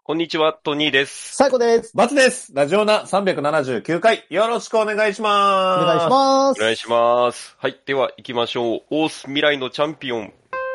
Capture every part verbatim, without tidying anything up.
こんにちは、トニーです。 最後です。 バツです。ラジオナさんびゃくななじゅうきゅうかい、よろしくお願いします。 お願いします。 お願いします。はい、では行きましょう。オース未来のチャンピオン。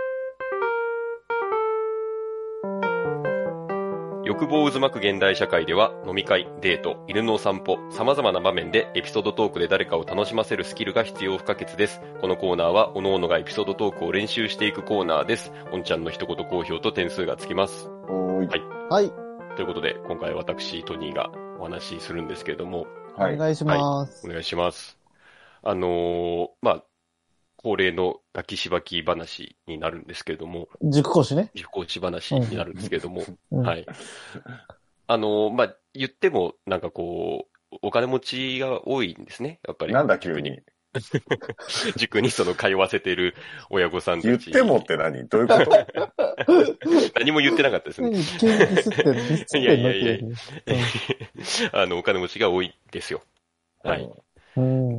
欲望渦巻く現代社会では、飲み会、デート、犬のお散歩、様々な場面でエピソードトークで誰かを楽しませるスキルが必要不可欠です。このコーナーは、各々がエピソードトークを練習していくコーナーです。おんちゃんの一言好評と点数がつきます。 はい。 はい。 ということで、今回私、トニーがお話しするんですけれども。 はい。お願いします。 はい、お願いします。あのー、まあ、恒例のガキしばき話になるんですけれども。 塾講師ね。 塾講師話になるんですけれども。 うん、 はい。あのー、まあ、言っても、なんかこう、お金持ちが多いんですね、やっぱり。 なんだ急に。 塾にその通わせてる親御さんたち。 言ってもって何どういうこと何も言ってなかったですね。 急にディスってんのディスってんのいやいやいやいや。あの、お金持ちが多いですよ。はい。 うん、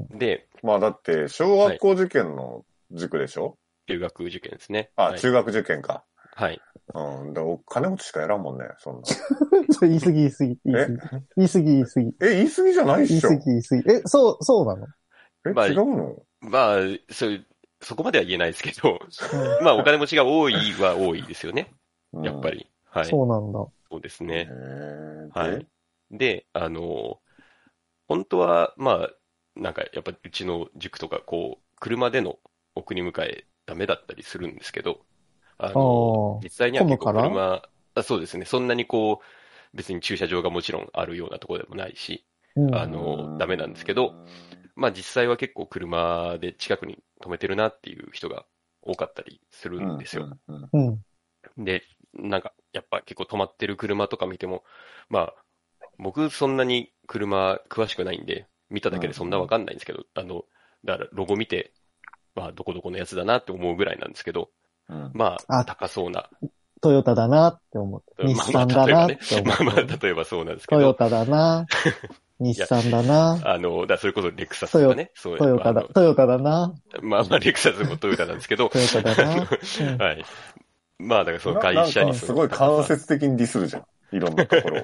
で、 まあだって、小学校受験の塾でしょ、はい、 中学受験ですね。 あ、 はい、 中学受験か。 はい。 うん。だお金持ちしかやらんもんね、そんな。 言い過ぎ言い過ぎ。言い過ぎ言い過ぎ。 え、言い過ぎじゃないっしょ。 言い過ぎ言い過ぎ。え、そう、そうなのえ、 まあ、 違うのまあ、そう、そこまでは言えないですけど、うん、まあ、お金持ちが多いは多いですよね。やっぱり。 うん、はい。そうなんだ。 そうですね。 へはい。で、あの、本当は、まあ、なんか、やっぱ、うちの塾とか、こう、車での送り迎えダメだったりするんですけど、あの、実際には結構車、あ、そうですね。そんなにこう、別に駐車場がもちろんあるようなところでもないし、うん、あの、ダメなんですけど、まあ実際は結構車で近くに止めてるなっていう人が多かったりするんですよ。 うんうんうん、で、なんかやっぱ結構止まってる車とか見ても、まあ僕そんなに車詳しくないんで、見ただけでそんなわかんないんですけど、うん、あの、だからロゴ見て、まあどこどこのやつだなって思うぐらいなんですけど、うん、まあ高そうな。 トヨタだなって思って。日産だなって思って。 まあまあ例えばそうなんですけど。 トヨタだな。日産だな。 あの、だそれこそレクサスとかね。 そうトヨタだ、トヨタだな。 まあまあレクサスもトヨタなんですけど。 トヨタだな。 うん、はい。まあだからその会社にすごい間接的にディスるじゃん。いろんなところを。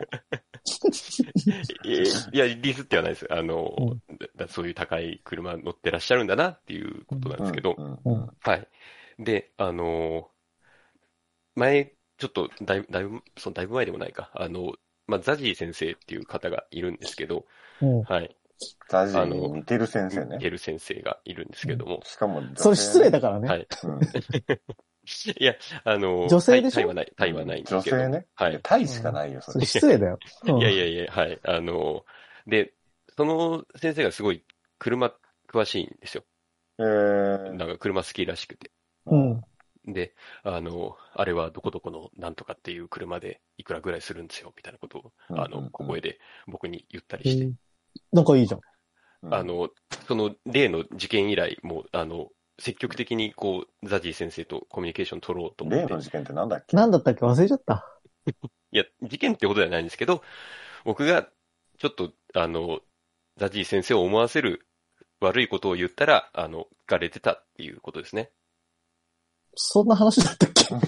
いや、ディスってはないです。あの、うん、だそういう高い車乗ってらっしゃるんだなっていうことなんですけど。 うんうんうん、 はい。で、あの、前、ちょっとだいぶ、だいぶ、そのだいぶ前でもないか。あの、まあ、ザジー先生っていう方がいるんですけど、うん、はい。 ザジーに似てる先生ね。 似てる先生がいるんですけども。うん、 しかも、 それ失礼だからね。 はい。うん、いや、あの、 女性でしょ？ タイはない、タイはないんですけど。 女性ね。 はい。 タイしかないよ、それ。 それ失礼だよ。 うん、いやいやいや、はい。あの、で、その先生がすごい車詳しいんですよ。 えー、 なんか車好きらしくて。 うん。 で、あの、あれはどこどこのなんとかっていう車でいくらぐらいするんですよ、みたいなことを、あの、小声で僕に言ったりして。 なんかいいじゃん。 あの、その例の事件以来、もう、あの、積極的にこう、ザジー先生とコミュニケーション取ろうと思って。 例の事件ってなんだっけ？ なんだったっけ忘れちゃった。 いや、事件ってことではないんですけど、僕がちょっと、あの、ザジー先生を思わせる悪いことを言ったら、あの、聞かれてたっていうことですね。 そんな話だったっけ本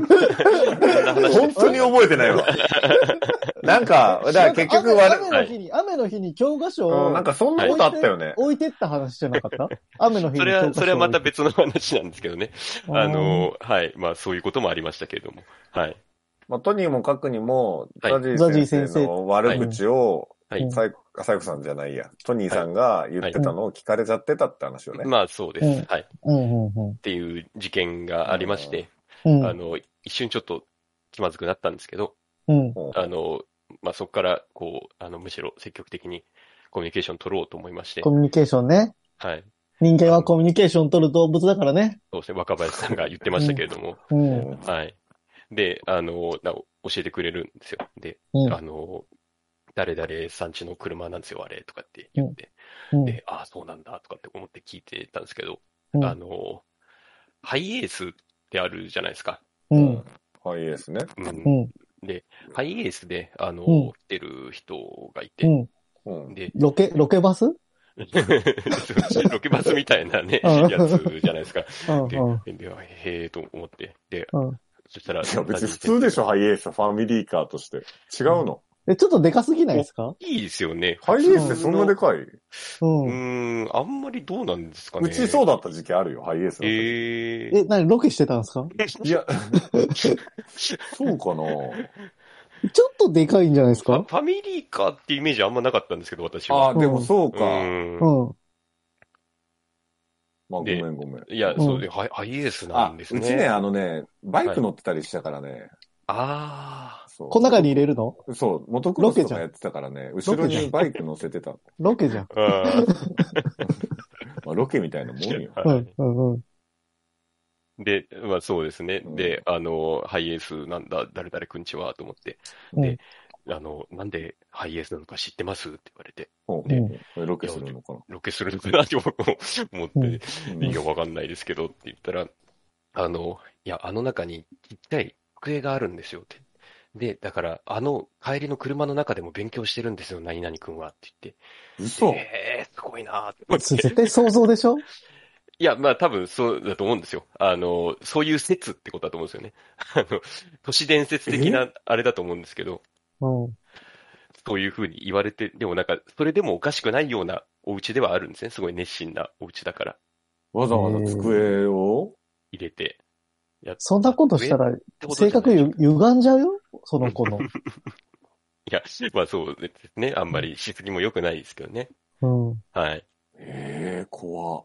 当に覚えてないわ。なんか、だから結局悪い。雨の日に、雨の日に教科書を、 うん、なんかそんなことあったよね。 置いてった話じゃなかった雨の日にそれは、それはまた別の話なんですけどね。あの、はい。まあそういうこともありましたけれども。はい。 まあ、とにもかくにも、 ザジー先生の悪口を、 はい。 サイコさんじゃないや。トニーさんが言ってたのを聞かれちゃってたって話よね。 まあそうです。はい。 うんうん。 っていう事件がありまして、 うん、 あの、一瞬ちょっと気まずくなったんですけど、 うん、 あの、まあそこから、こう、あの、むしろ積極的にコミュニケーション取ろうと思いまして。 コミュニケーションね。 はい。 人間はコミュニケーション取る動物だからね。 そうですね。若林さんが言ってましたけれども。 うん。 はい。で、あの、な教えてくれるんですよ。で、 うん、 あの、誰々さんちの車なんですよ、あれ、とかって言って。 うん、 で、ああ、そうなんだ、とかって思って聞いてたんですけど、 うん、 あの、ハイエースってあるじゃないですか。 うん。 ハイエースね。 うん。 うん、 で、ハイエースで、あの、 うん、 来てる人がいて、 うん、 で、 ロケ、ロケバスロケバスみたいなね、やつじゃないですか。 うん、 で、 うん、 でへえと思って、で、 うん、 そしたら、 いや、別に普通でしょ、ハイエース、ファミリーカーとして。違うの？ え、ちょっとでかすぎないですか？ いいですよね。 ハイエースってそんなでかい？ う。 うんーん、あんまりどうなんですかね。 うちそうだった時期あるよ、ハイエースだった時期。 えー。 え、何、ロケしてたんですか？ いや、そうかな。 ちょっとでかいんじゃないですか？ ファファミリーカーってイメージあんまなかったんですけど、私は。 ああ、でもそううか。 ん。 うん。 まあ、ごでめんごめん。 いや、 うんそうで、ハイハイエースなあんで、すね。 うちね、あのね、バイク乗ってたりしたからね。 あそうこの中に入れるの？ そう、モトクロスとかやってたからね、後ろにバイク乗せてた。 ロケじゃん。 あ。あまあ、ロケみたいなもんよ。 あ。 うはん、うん、うん。 い。で、まあそうですね。 うんで、あの、ハイエースなんだ、誰々くんちは、と思って。 うんで、あの、なんでハイエースなのか知ってますって言われて、 ほうでほうロケするのかな。 ロケするのかなって思思って、 うんいや、わかんないですけどって言ったら、あの、いや、あの中にちっちゃい机があるんですよって。で、だから、あの帰りの車の中でも勉強してるんですよ、何々くんはって言って。 嘘。 えー、すごいなーって思って。 絶対想像でしょ？ いや、まあ多分そうだと思うんですよ。あの、そういう説ってことだと思うんですよね。あの、都市伝説的なあれだと思うんですけど、 うん。 そういうふうに言われて、でもなんか、それでもおかしくないようなお家ではあるんですね。すごい熱心なお家だから、 わざわざ机を入れて。やっそんなことしたら、 てことじゃない性格ゆ歪んじゃうよ？その子の。 いや、まあそうですね。あんまりしすぎも良くないですけどね。 うん。 はい。 ええー、怖っ。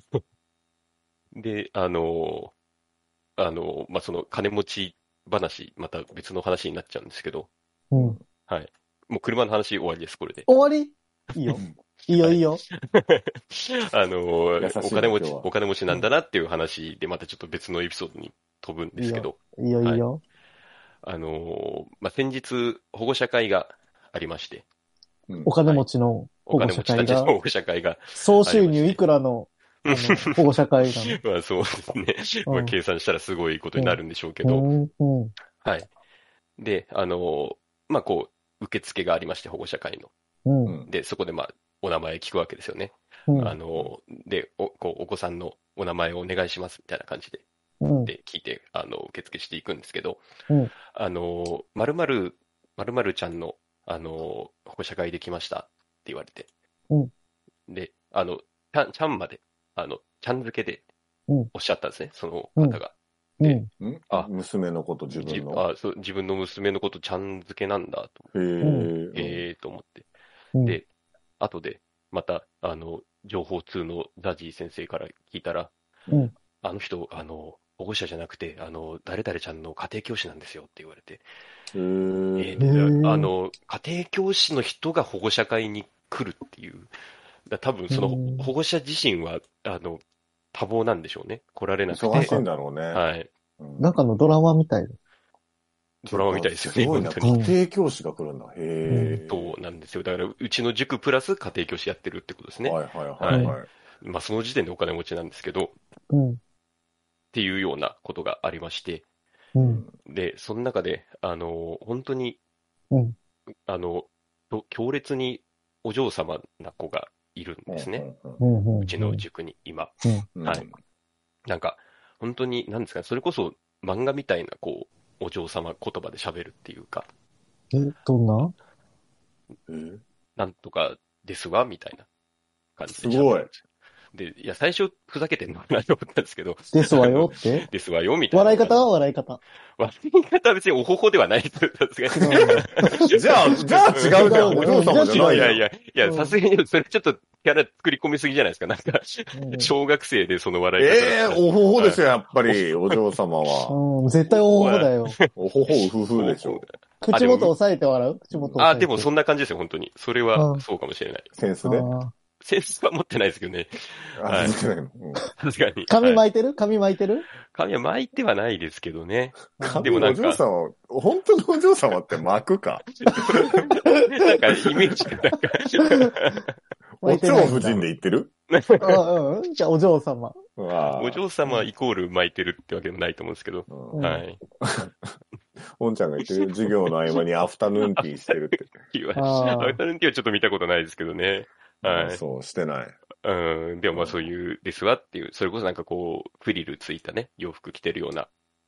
で、あの、あの、まあその金持ち話、また別の話になっちゃうんですけど、 うん。 はい。もう車の話終わりです、これで。 終わり？いいよ。いいよ、いいよ。 あの、 優しいなお金持ち、 今日はお金持ちなんだなっていう話で、またちょっと別のエピソードに飛ぶんですけど、 いいよ、いいよ。 あの、まあ、先日、保護者会がありまして、 うんお金持ちの保護お金持者会がちたちの、保護者会が、 総収入いくらの、あの、保護者会なの。 まあそうですね。まあ、 うん計算したらすごいことになるんでしょうけど、 うん、うん、 はい。で、あの、まあ、こう、受付がありまして、保護者会の。 うん、 うんで、そこでまあ、お名前聞くわけですよね。 うんあの、で、お、こう、お子さんのお名前をお願いします、みたいな感じで、 うん、 で、聞いて、あの、受付していくんですけど、 うんあの、〇〇、〇〇ちゃんの、あの、保護者会できましたって言われて、 うんで、あの、ちゃん、ちゃんまで、あの、ちゃん付けでうんおっしゃったんですね、その方が。でうん。 んあ娘のこと自じ分の。 あそう自分の娘のことちゃん付けなんだと、 へえ。 ええと思って。 うんで、後で、また、あの、情報通のザジー先生から聞いたら、 うんあの人、あの、保護者じゃなくて、あの、誰々ちゃんの家庭教師なんですよって言われて、 へええ。 ーーあの、家庭教師の人が保護者会に来るっていう、だ多分そのうん保護者自身は、あの、多忙なんでしょうね。来られなくて。 忙しいんだろうね。 はい。 うんなんかのドラマみたい。 ドラマみたいですよね、 すごいな。 本当に。 家庭教師が来るんだ。へえ。 そうなんですよ。だから、うちの塾プラス家庭教師やってるってことですね。 はいはいはいはい。 まあ、その時点でお金持ちなんですけど、っうん、 ていうようなことがありまして、 うん、 で、その中で、あの、本当に、 うんあの、と強烈にお嬢様な子がいるんですね。 うん、うん。 うちの塾に今。 うん。 はいなんか、本当に、なんですかね、それこそ漫画みたいな、こう、お嬢様言葉で喋るっていうか、 え、どんな？ えなんとかですわ、みたいな感じで喋すごいるんですよ。で、いや、最初、ふざけてんのかなと思ったんですけど。 ですわよってですわよ、みたいな。 笑い方は笑い方。 笑い方は別におほほではないです。さすがに。 違うんだじゃあ、じゃあ違うじゃん。お嬢様じゃないよ。 いやいや、いや、さすがに、それちょっと、キャラ作り込みすぎじゃないですか。なんか、 うん小学生でその笑い方。 ええ、おほほでしょ、やっぱり、お嬢様は。 うん、絶対大方だよ。 おほほうふふでしょ。 口元押さえて笑う？口元押さえあ、 て。 でもそんな感じですよ、本当に。それはそうかもしれない。 センスで。 あセンスは持ってないですけどね。 あ、持ってないの。うんさすがに。 髪はい巻いてる？髪巻いてる？ 髪は巻いてはないですけどね。 髪でもなんかお嬢様、本当のお嬢様って巻くか。 なんか、イメージがなんかお蝶夫人で言ってるうんうん。じゃあお嬢様。 お嬢様イコール巻いてるってわけでもないと思うんですけど。 うんはい。 おんちゃんが言ってる授業の合間にアフタヌーンティーしてるって。 言わあーアウタルンティはちょっと見たことないですけどね。はい。 あそう、してない。 うん。でもまあそういうですわっていう、それこそなんかこう、フリルついたね、洋服着てるような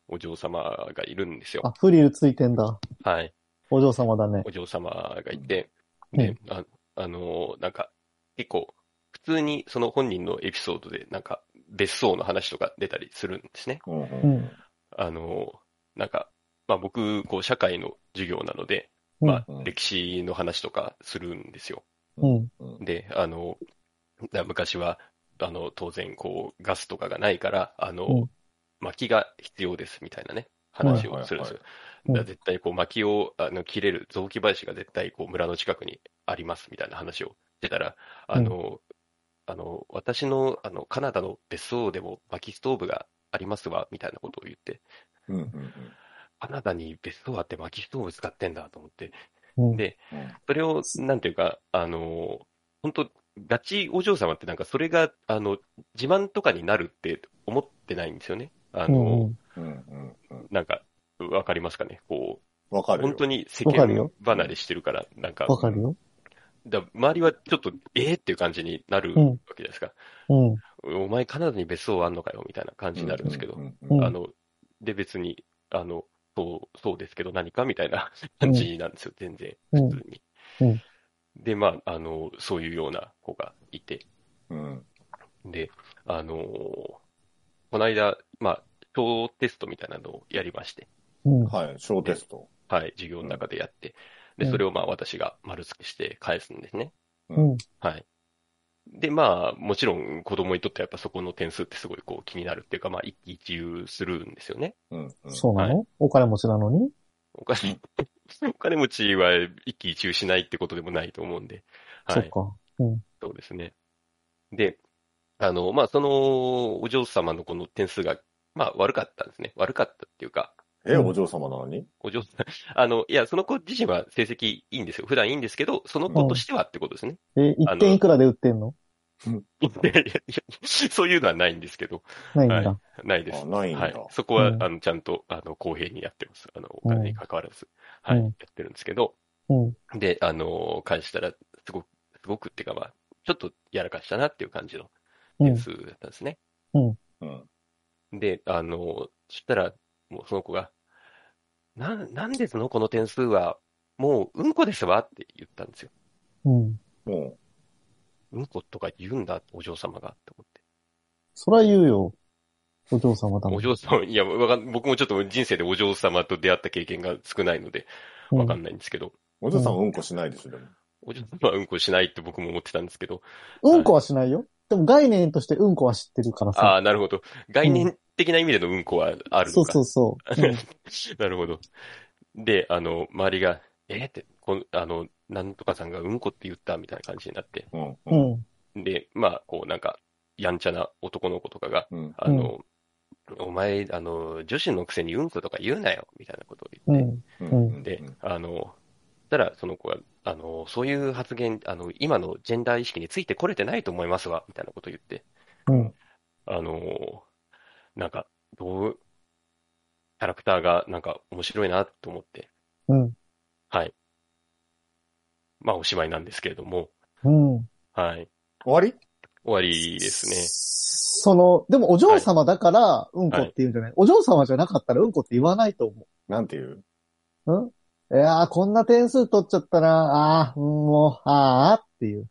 お嬢様がいるんですよ。 あ、フリルついてんだ。 はい。 お嬢様だね。 お嬢様がいて、 うんで、あ、あのーなんか、結構、普通にその本人のエピソードで、なんか、別荘の話とか出たりするんですね。 うんううんん。 あのーなんか、まあ僕、こう、社会の授業なので、 うんまあうん、 歴史の話とかするんですよ。 うん。 うんで、あの、だ昔は、あの、当然、こう、ガスとかがないから、あの、 うん薪が必要です、みたいなね、話をするんですよ。 うんだから絶対、こう、薪を、あの、切れる雑木林が絶対、こう、村の近くにあります、みたいな話をしてたら、あの、あの、私の、あの、カナダの別荘でも薪ストーブがありますわ、みたいなことを言って、 うんうんカナダに別荘あって薪ストーブ使ってんだと思って、 うん。 で、 うんそれを、なんていうか、あの、本当ガチお嬢様ってなんかそれが、あの、自慢とかになるって思ってないんですよね。あうんうの、 ん。 うんうんうん。 なんか、わかりますかね。こう、 わかるよ。 本当に世間わかるよ離れしてるから、なんか、 わかるよ。 だ周りはちょっと、えーっていう感じになるうんわけじゃないですか。 うん。 お前カナダに別荘あんのかよ、みたいな感じになるんですけど、 うんうんうんあの、で別に、あの、そう、そうですけど何かみたいな感じなんですよ、全然、 うん普通に。 うんで、まあ、あの、そういうような子がいて、 うんで、あのーこの間、まあ、小テストみたいなのをやりまして、 うん。 はい、小テスト。 はい、授業の中でやって、で、 うんそれをまあ私が丸付けして返すんですね。 うん。 はい。で、まあ、もちろん子供にとってはやっぱそこの点数ってすごいこう気になるっていうか、まあ一喜一憂するんですよね。 うんうんはそうなのお金持ちなのにお金、お金持ちは一喜一憂しないってことでもないと思うんで、はい。 そっか。うん。 そうですね。で、あの、まあ、その、お嬢様のこの点数が、まあ、悪かったんですね。悪かったっていうか、 え、 うんお嬢様なのにお嬢さん、あの、いや、その子自身は成績いいんですよ。普段いいんですけど、その子としてはってことですね。 え、一点いくらで売ってんのいやいやいやそういうのはないんですけど、 ないんだ。 はいないです。 あ、ないんだ。 はい。そこは、 うんあの、ちゃんと、あの、公平にやってます。あの、おうん金に関わらず、はい、 うんやってるんですけど、 うん。 で、あの、返したら、すごく、すごくっていうか、まあ、ちょっとやらかしたなっていう感じのうん。 点数だったんですね。 うん。 で、あの、そしたら、もうその子が、な、なんでその子の点数は、もう、うんこですわって言ったんですよ。 うん。 もうんことか言うんだ、お嬢様が、って思って。 そら言うよ。お嬢様だもん。 お嬢様、いや、わかん、僕もちょっと人生でお嬢様と出会った経験が少ないので、わかんないんですけど、 う、お嬢さんはうんこしないでしょ、でも。 お嬢様はうんこしないって僕も思ってたんですけど、 うんこはしないよ。でも概念としてうんこは知ってるからあさ。 あ、なるほど。概念的な意味でのうんこはあるのか。 そうそうそう。うんなるほど。で、あの、周りが、えーって、こん、あの、なんとかさんがうんこって言ったみたいな感じになって。 うん。 ううん。 ん。 で、まあ、こう、なんか、やんちゃな男の子とかが、 うん。 あの、お前、あの、女子のくせにうんことか言うなよ、みたいなことをう言って。 ん。 うん。 で、あの、たら、その子が、あの、そういう発言、あの、今のジェンダー意識についてこれてないと思いますわ、みたいなことを言って。 うん。 あの、なんか、どう、キャラクターがなんか面白いなと思って。 うん。 はい。まあ、おしまいなんですけれども、 うん。 はい。 終わり終わりですね。 その、でもお嬢様だから、うんこって言うんじゃない、お嬢様じゃなかったらうんこって言わないと思なんて言うう。うんいやー、こんな点数取っちゃったな、あー、うんもう、あーっていう。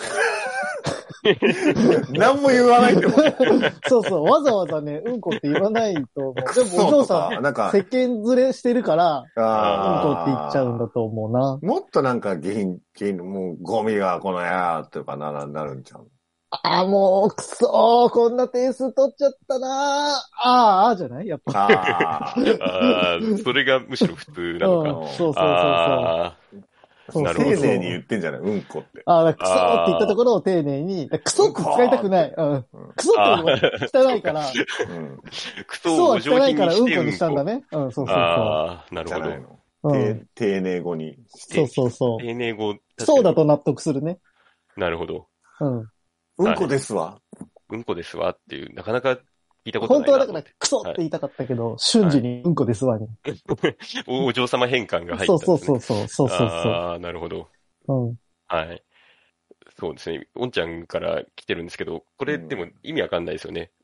何も言わないってことそうそう、わざわざね、うんこって言わないと思う。でクソもお嬢とかさん、 なんか、 世間ずれしてるから、うんこあって言っちゃうんだと思うな。 もっとなんか下品、下品、もうゴミがこのやーとかな、なるんちゃうあー、もう、くそー、こんな点数取っちゃったなー。あー、あーじゃないやっぱ。 あーああ、それがむしろ普通なのか。 うん、そうそうそうそう。 あそうなるほど丁寧に言ってんじゃないうんこって。 ああ、クソーって言ったところを丁寧に、クソって使いたくない。うん。 うんクソって言うのが汚いから、 うん。 あ、ククソソはをお上汚いから品にしてうんこにしたんだね。 ね。うん、そうそうそああ、なるほど。 じゃないの。 う。う丁ん。 丁寧語に。 そうそうそう。 丁寧語。 そうだと納得するね。 なるほど。 うん。 うんこですわ。 うんこですわっていう、なかなか聞いたことないな本当はだから、クソって言いたかったけど、瞬時にうんこですわに。 おお嬢様変換が入ったんですね。 そうそうそうそう。そうそうそああ、なるほど。 う。うん。 はい。そうですね。おんちゃんから来てるんですけど、これでも意味わかんないですよね。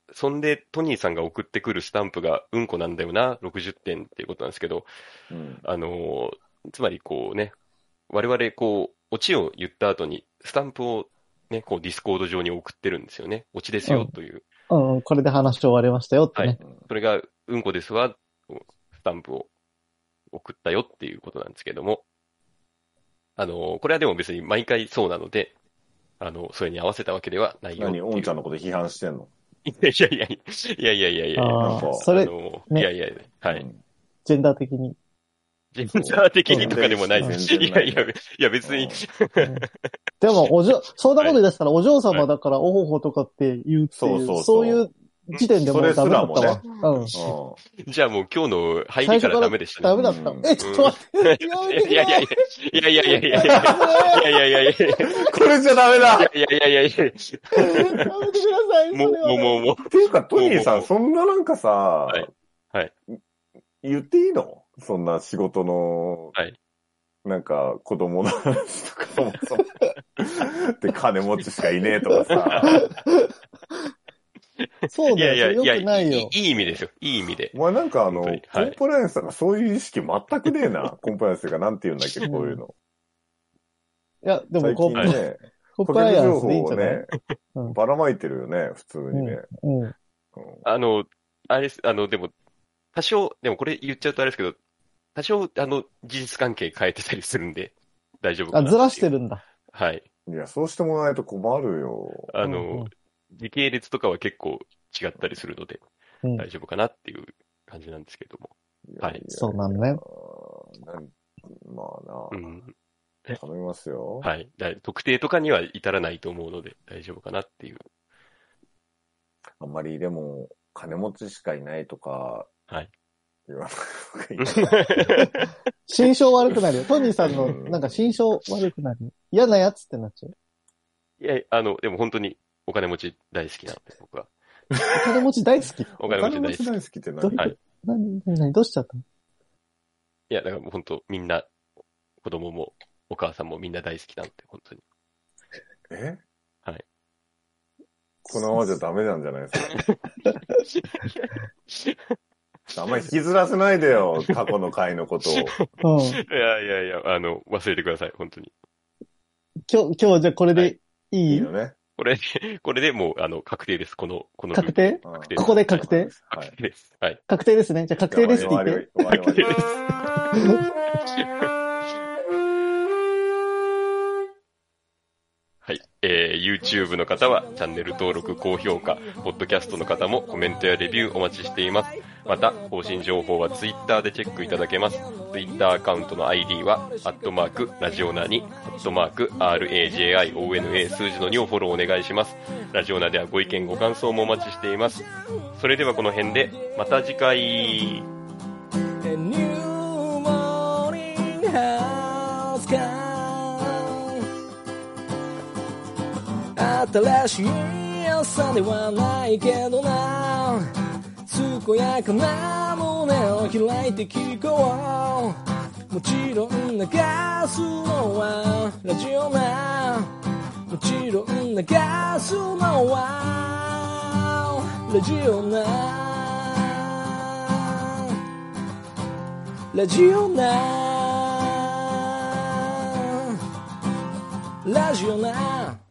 そんでトニーさんが送ってくるスタンプがうんこなんだよな、ろくじゅってんっていうことなんですけど、 うん。 あの、つまりこうね、我々こう、オチを言った後にスタンプをね、こうディスコード上に送ってるんですよね。オチですよという。 うんうん、これで話終わりましたよってね。 はい。それがうんこですわ、スタンプを送ったよっていうことなんですけども、あの、これはでも別に毎回そうなので、あの、それに合わせたわけではないよってい何、 う。 おんちゃんのこと批判してんの？ いやいやいやいやいやいやいやいや。 ああ、 なんかそれ、 あの、 ねいやいや、はい。 うんジェンダー的に。 ジェンダー的にとかでもないです。 全然ないいやいや、いや別に、 うんでも、お嬢、そんなこと言い出したら、お嬢様だからおほほとかって言うっていう、 そうそうそうそういう時点でもうダメだったわ。うん。 じゃあもう今日の入りからダメでしたね。 ダメだった。 うんえ、ちょっと待って。やめていやいやいやいやいやいやいやいやいやいやいやいやこれじゃダメだ。 いやいやいやいや。 やめてください。 もう、もう、もう、もう。 っていうか、トニーさん、そんななんかさ、 はいはい言っていいの？そんな仕事の、 はいなんか子供の話とか、そもそも。で、金持ちしかいねえとかさ。 そうだよ。 いやいやいや、 よくないよ。 いいいい意味ですよ。いい意味で。 お前なんかあの、 本当にはいコンプライアンスとかそういう意識全くねえな。コンプライアンスというか、なんて言うんだっけ、こういうの。 いや、でも最コンプ、 近ね、 コン顧客情プライアンスでいいん報をじゃないね、 うんばらまいてるよね、普通にね。 うん。 うんあの、あれです、あの、でも、多少、でもこれ言っちゃうとあれですけど、多少、あの、事実関係変えてたりするんで、大丈夫かあ、 な。 ずらしてるんだ。 はい。 いや、そうしてもらえないと困るよ。 あうんうんの、時系列とかは結構違ったりするので、 うん大丈夫かなっていう感じなんですけども。はいそうなのね。 なんまあな、 うん。 頼みますよ。 はい。だ特定とかには至らないと思うので、大丈夫かなっていう。 あんまりでも、金持ちしかいないとか、 はい。 言わない方がいいな。 心象悪くなるよ。トニーさんの、 うんなんか心象悪くなる。嫌なやつってなっちゃう。 いや、あの、でも本当にお金持ち大好きなので、僕は。 お金持ち大好き。 お金持ち大好き。 大好きって何？ どういうはい何、何、何どうしちゃったの？ いや、だからもう本当、みんな、子供も、お母さんもみんな大好きなんで、本当に。 えはい。 このままじゃダメなんじゃないですか。あんまり引きずらせないでよ、過去の回のことを。 うん。 いやいやいや、あの、忘れてください、本当に。 今日、今日じゃあこれでいい、 いいよね。 これ、これでもう、あの、確定です、この、このルール。 確定うん確定ここで確定はい確。定です。はい。 確定ですね。じゃあ確定ですって言って。 終わり終わり終わり終わりはい。えー、YouTube の方はチャンネル登録、高評価、Podcast の方もコメントやレビューお待ちしています。また、更新情報は Twitter でチェックいただけます。Twitter アカウントの アイディー は、アットマーク、ラジオナに、アットマーク、アールエージェーアイオーエヌエー 数字のにをフォローお願いします。ラジオナではご意見ご感想もお待ちしています。それではこの辺で、また次回。 A new morning has come 新しい朝ではないけどな健やかな胸を開いて聞こうもちろん流すのはラジオなもちろん流すのはラジオなラジオなラジオな